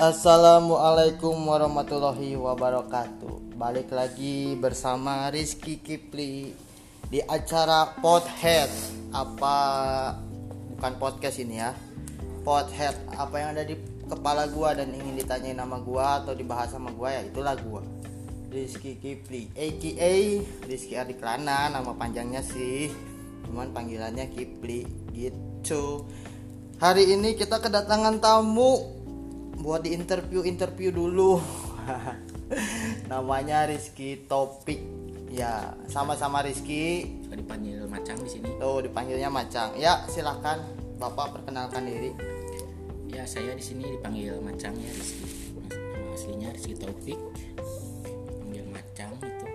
Assalamualaikum warahmatullahi wabarakatuh. Balik lagi bersama Rizky Kipli di acara Podhead. Bukan podcast ini ya. Podhead, apa yang ada di kepala gua dan ingin ditanyain nama gua atau dibahas sama gua, ya itulah gua, Rizky Kipli aka Rizky Adiklana. Nama panjangnya sih, cuman panggilannya Kipli gitu. Hari ini kita kedatangan tamu buat di interview dulu. Namanya Rizky Topik. Ya, sama-sama Rizky. Dipanggil Macang di sini. Tuh, dipanggilnya Macang. Ya, silahkan Bapak perkenalkan diri. Ya, saya di sini dipanggil Macang ya, Rizky. Nama aslinya Rizky Topik. Panggil Macang itu.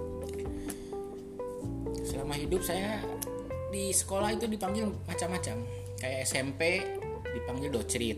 Selama hidup saya di sekolah itu dipanggil macam-macam. Kayak SMP dipanggil Docrit.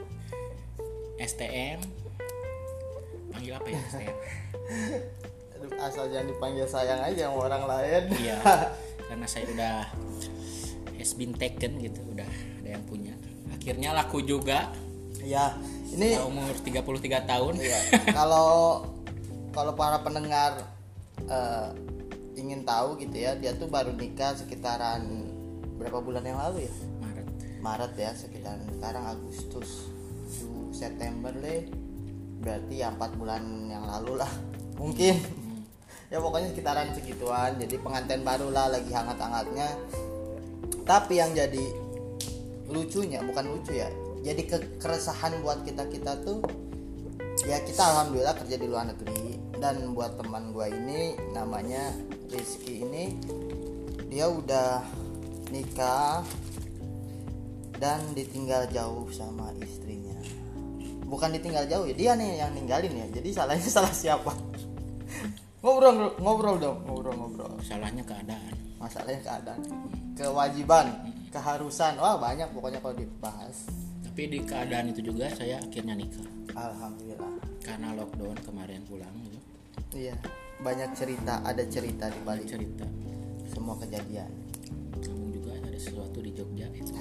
STM panggil apa ya STM? Asal jangan dipanggil sayang aja sama orang lain. Iya, karena saya udah has been taken gitu, udah ada yang punya. Akhirnya laku juga. Ya, ini umur 33 tahun. Iya. Kalau para pendengar ingin tahu gitu ya, dia tuh baru nikah sekitaran berapa bulan yang lalu ya? Maret ya, sekitaran sekarang Agustus, September deh, berarti ya 4 bulan yang lalu lah mungkin. Ya pokoknya sekitaran segituan. Jadi pengantin baru lah, lagi hangat-hangatnya. Tapi yang jadi lucunya, bukan lucu ya, jadi keresahan buat kita tuh ya, kita alhamdulillah kerja di luar negeri. Dan buat teman gue ini namanya Rizky ini, dia udah nikah dan ditinggal jauh sama istrinya. Bukan ditinggal jauh ya, dia nih yang ninggalin ya. Jadi salahnya salah siapa? Ngobrol dong. Salahnya keadaan. Masalahnya keadaan, kewajiban, keharusan. Wah, banyak pokoknya kalau dibahas. Tapi di keadaan itu juga saya akhirnya nikah. Alhamdulillah. Karena lockdown kemarin pulang gitu. Iya, banyak cerita, ada cerita di balik cerita semua kejadian. Namun juga ada sesuatu di Jogja itu.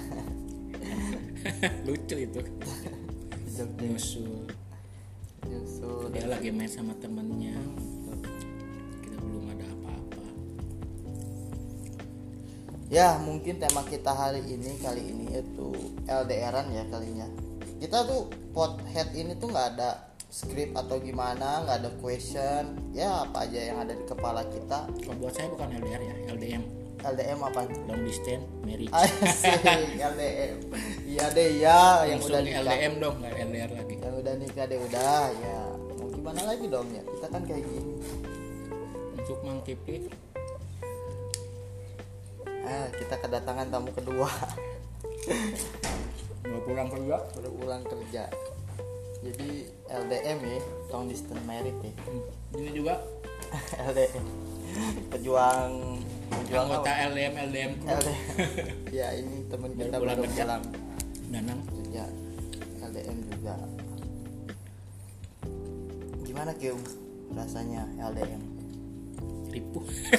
Lucu itu. Nyusul dia lagi main sama temennya. Kita belum ada apa-apa. Ya, mungkin tema kita kali ini itu LDRan ya kalinya. Kita tuh Podhead ini tuh nggak ada skrip atau gimana, nggak ada question. Ya apa aja yang ada di kepala kita. Kalau buat saya bukan LDR ya, LDM. LDM apa? Long distance marriage. Asik, LDM. Iya deh ya, yang langsung udah nikah. LDM dong, nggak LDR lagi. Yang udah nikah deh udah ya. Mau gimana lagi dong ya? Kita kan kayak gini. Untuk Mang Kipli. Kita kedatangan tamu kedua. Mau pulang kerja? Baru pulang kerja. Jadi LDM ya, long distance marriage ya. Ini juga LDM. Pejuang anggota LDM crew. Ya, ini teman kita pulang baru kerja. pulang Danang kerja LDM juga. Gimana Kium rasanya LDM? ribu.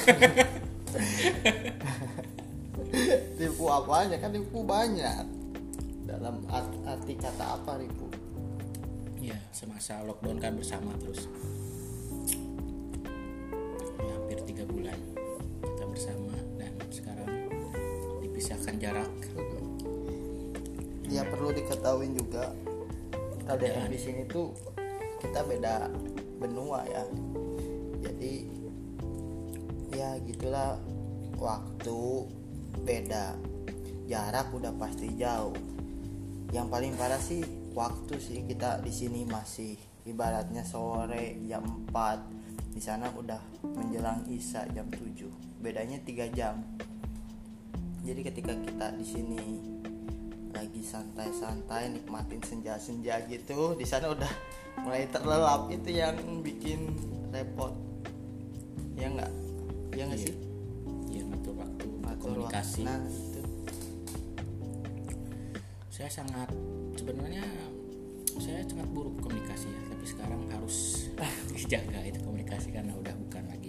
Ribu apanya? Kan ribu banyak. Dalam arti kata apa ribu? Ya, semasa lockdown kan bersama terus. Ya, hampir 3 bulan kita bersama dan sekarang dipisahkan jarak. Ya perlu diketahui juga LDM di sini tuh kita beda benua ya. Jadi ya gitulah, waktu beda, jarak udah pasti jauh. Yang paling parah sih waktu sih. Kita di sini masih ibaratnya sore jam 4, di sana udah menjelang isya jam 7. Bedanya 3 jam. Jadi ketika kita di sini lagi santai-santai nikmatin senja-senja gitu, di sana udah mulai terlelap. Itu yang bikin repot. Ya enggak? Ya enggak sih? Iya, ngatur waktu, komunikasi. Nah, itu. Saya sangat buruk komunikasi ya, tapi sekarang harus dijaga itu komunikasi karena udah bukan lagi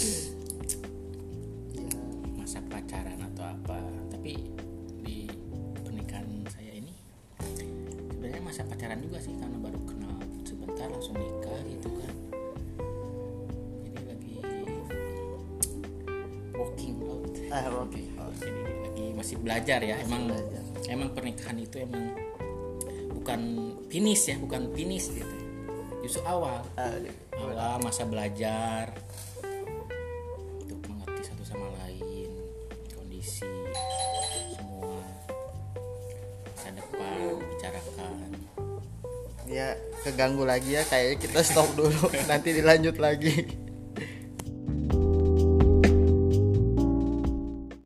masa pacaran atau apa. Tapi di pernikahan saya ini sebenarnya masa pacaran juga sih, karena baru kenal bentar langsung nikah gitu kan. Jadi lagi walking out. Walking. Jadi lagi masih belajar ya. Emang pernikahan itu emang bukan finish ya, bukan finish gitu. Justru awal masa belajar untuk mengerti satu sama lain, kondisi semua, masa depan bicarakan. Ya keganggu lagi ya, kayaknya kita stop dulu. Nanti dilanjut lagi.